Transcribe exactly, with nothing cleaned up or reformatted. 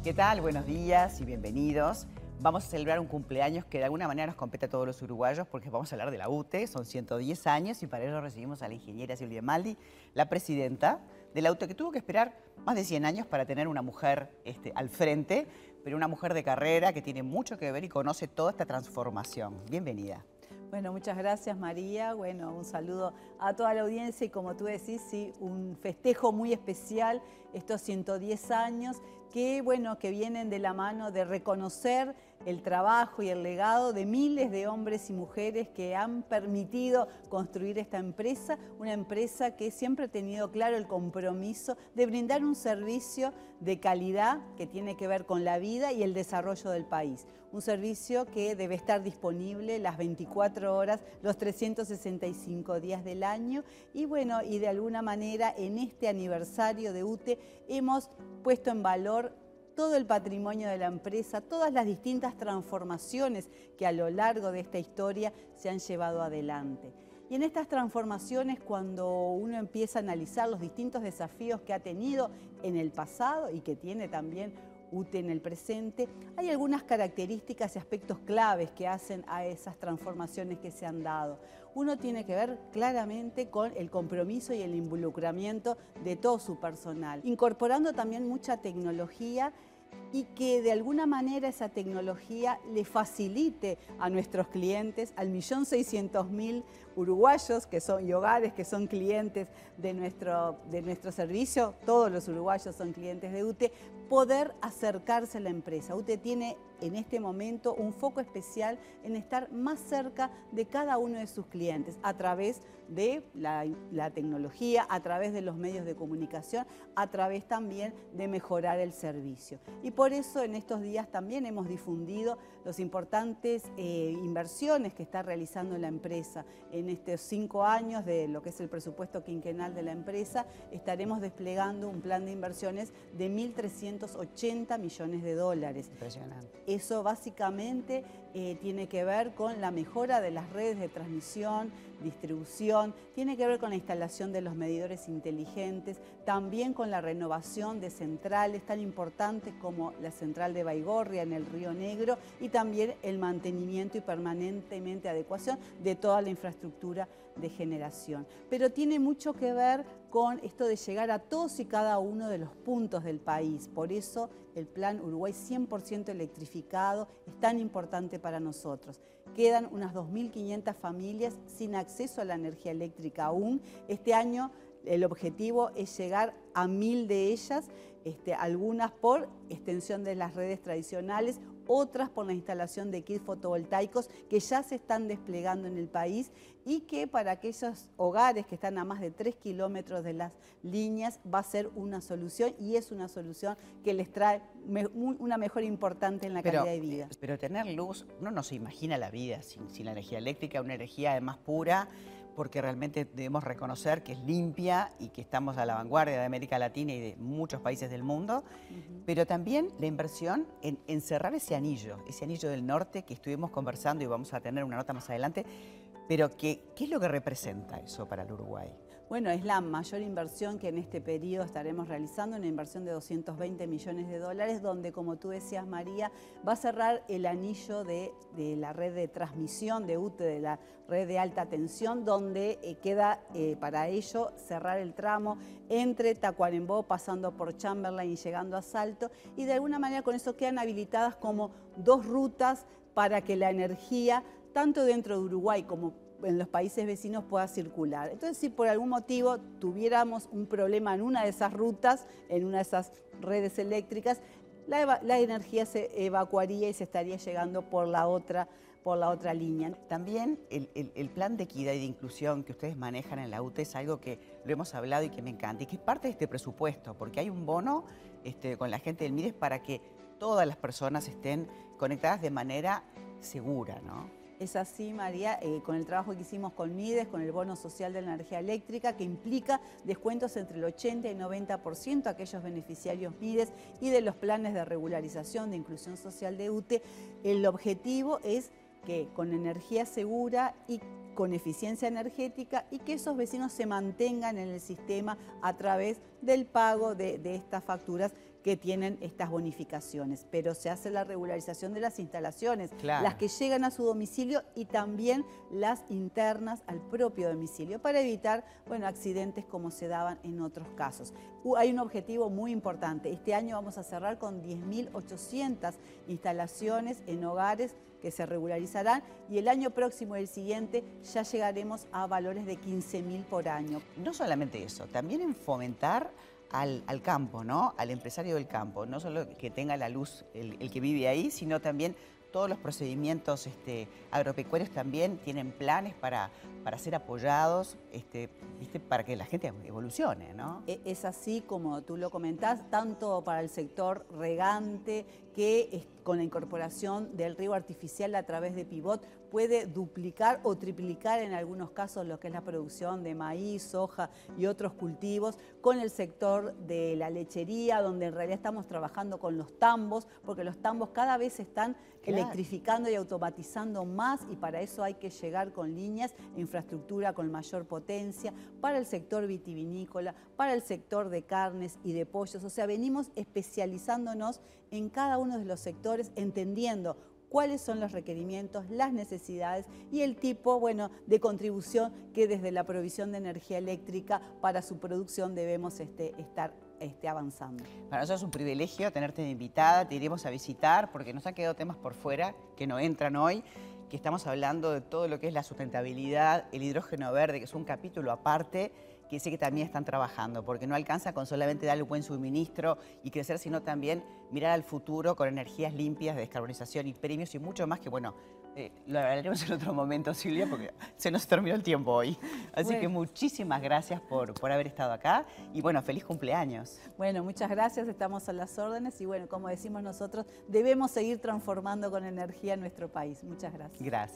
¿Qué tal? Buenos días y bienvenidos. Vamos a celebrar un cumpleaños que de alguna manera nos compete a todos los uruguayos porque vamos a hablar de la U T E, son ciento diez años y para ello recibimos a la ingeniera Silvia Maldi, la presidenta de la U T E, que tuvo que esperar más de cien años para tener una mujer este, al frente, pero una mujer de carrera que tiene mucho que ver y conoce toda esta transformación. Bienvenida. Bueno, muchas gracias María, bueno, un saludo a toda la audiencia y como tú decís, sí, un festejo muy especial, estos ciento diez años, que bueno, que vienen de la mano de reconocer el trabajo y el legado de miles de hombres y mujeres que han permitido construir esta empresa, una empresa que siempre ha tenido claro el compromiso de brindar un servicio de calidad que tiene que ver con la vida y el desarrollo del país. Un servicio que debe estar disponible las veinticuatro horas, los trescientos sesenta y cinco días del año. Y bueno, y de alguna manera en este aniversario de U T E hemos puesto en valor todo el patrimonio de la empresa, todas las distintas transformaciones que a lo largo de esta historia se han llevado adelante. Y en estas transformaciones, cuando uno empieza a analizar los distintos desafíos que ha tenido en el pasado y que tiene también U T E en el presente, hay algunas características y aspectos claves que hacen a esas transformaciones que se han dado. Uno tiene que ver claramente con el compromiso y el involucramiento de todo su personal, incorporando también mucha tecnología y que de alguna manera esa tecnología le facilite a nuestros clientes, al millón seiscientos mil uruguayos que son, y hogares que son clientes de nuestro, de nuestro servicio, todos los uruguayos son clientes de U T E, poder acercarse a la empresa. U T E tiene en este momento un foco especial en estar más cerca de cada uno de sus clientes a través de la, la tecnología, a través de los medios de comunicación, a través también de mejorar el servicio. Y por eso en estos días también hemos difundido las importantes eh, inversiones que está realizando la empresa. En estos cinco años de lo que es el presupuesto quinquenal de la empresa, estaremos desplegando un plan de inversiones de mil trescientos ochenta millones de dólares. Impresionante. Eso básicamente eh, tiene que ver con la mejora de las redes de transmisión, distribución, tiene que ver con la instalación de los medidores inteligentes, también con la renovación de centrales tan importantes como la central de Baigorria en el Río Negro y también el mantenimiento y permanentemente adecuación de toda la infraestructura de generación. Pero tiene mucho que ver con esto de llegar a todos y cada uno de los puntos del país. Por eso el plan Uruguay cien por ciento electrificado es tan importante para nosotros. Quedan unas dos mil quinientas familias sin acceso a la energía eléctrica aún. Este año el objetivo es llegar a mil de ellas, este, algunas por extensión de las redes tradicionales, otras por la instalación de kits fotovoltaicos que ya se están desplegando en el país y que para aquellos hogares que están a más de tres kilómetros de las líneas va a ser una solución y es una solución que les trae me, una mejora importante en la pero, calidad de vida. Pero tener luz, uno no se imagina la vida sin, sin la energía eléctrica, una energía además pura, porque realmente debemos reconocer que es limpia y que estamos a la vanguardia de América Latina y de muchos países del mundo, uh-huh. Pero también la inversión en, en cerrar ese anillo, ese anillo del norte que estuvimos conversando y vamos a tener una nota más adelante, pero que, ¿qué es lo que representa eso para el Uruguay? Bueno, es la mayor inversión que en este periodo estaremos realizando, una inversión de doscientos veinte millones de dólares, donde, como tú decías, María, va a cerrar el anillo de, de la red de transmisión de U T E, de la red de alta tensión, donde eh, queda eh, para ello cerrar el tramo entre Tacuarembó, pasando por Chamberlain y llegando a Salto, y de alguna manera con eso quedan habilitadas como dos rutas para que la energía, tanto dentro de Uruguay como en los países vecinos pueda circular. Entonces, si por algún motivo tuviéramos un problema en una de esas rutas, en una de esas redes eléctricas, la, la energía se evacuaría y se estaría llegando por la otra, por la otra línea. También el, el, el plan de equidad y de inclusión que ustedes manejan en la U T E es algo que lo hemos hablado y que me encanta, y que es parte de este presupuesto, porque hay un bono este, con la gente del MIDES para que todas las personas estén conectadas de manera segura, ¿no? Es así, María, eh, con el trabajo que hicimos con MIDES, con el bono social de la energía eléctrica, que implica descuentos entre el ochenta y noventa por ciento a aquellos beneficiarios MIDES y de los planes de regularización de inclusión social de U T E. El objetivo es que con energía segura y con eficiencia energética y que esos vecinos se mantengan en el sistema a través del pago de, de estas facturas que tienen estas bonificaciones, pero se hace la regularización de las instalaciones, Claro. las que llegan a su domicilio y también las internas al propio domicilio, para evitar, bueno, accidentes como se daban en otros casos. Uh, hay un objetivo muy importante. Este año vamos a cerrar con diez mil ochocientas instalaciones en hogares que se regularizarán, y el año próximo, el siguiente, ya llegaremos a valores de quince mil por año. No solamente eso, también en fomentar al, al campo, ¿no? Al empresario del campo, no solo que tenga la luz el, el que vive ahí, sino también todos los procedimientos este, agropecuarios también tienen planes para, para ser apoyados, este, ¿viste? Para que la gente evolucione, ¿no? Es así como tú lo comentás, tanto para el sector regante, que con la incorporación del riego artificial a través de pivot puede duplicar o triplicar en algunos casos lo que es la producción de maíz, soja y otros cultivos, con el sector de la lechería, donde en realidad estamos trabajando con los tambos, porque los tambos cada vez se están Claro. electrificando y automatizando más, y para eso hay que llegar con líneas e infraestructura con mayor potencia, para el sector vitivinícola, para el sector de carnes y de pollos. O sea, venimos especializándonos en cada uno de los sectores, entendiendo cuáles son los requerimientos, las necesidades y el tipo, bueno, de contribución que desde la provisión de energía eléctrica para su producción debemos este, estar este, avanzando. Para nosotros es un privilegio tenerte de invitada, te iremos a visitar porque nos han quedado temas por fuera que no entran hoy, que estamos hablando de todo lo que es la sustentabilidad, el hidrógeno verde, que es un capítulo aparte, que sé que también están trabajando, porque no alcanza con solamente darle un buen suministro y crecer, sino también mirar al futuro con energías limpias de descarbonización y premios y mucho más que, bueno, eh, lo hablaremos en otro momento, Silvia, porque se nos terminó el tiempo hoy. Así Bueno. que muchísimas gracias por, por haber estado acá y, bueno, feliz cumpleaños. Bueno, muchas gracias, estamos a las órdenes y, bueno, como decimos nosotros, debemos seguir transformando con energía nuestro país. Muchas gracias. Gracias.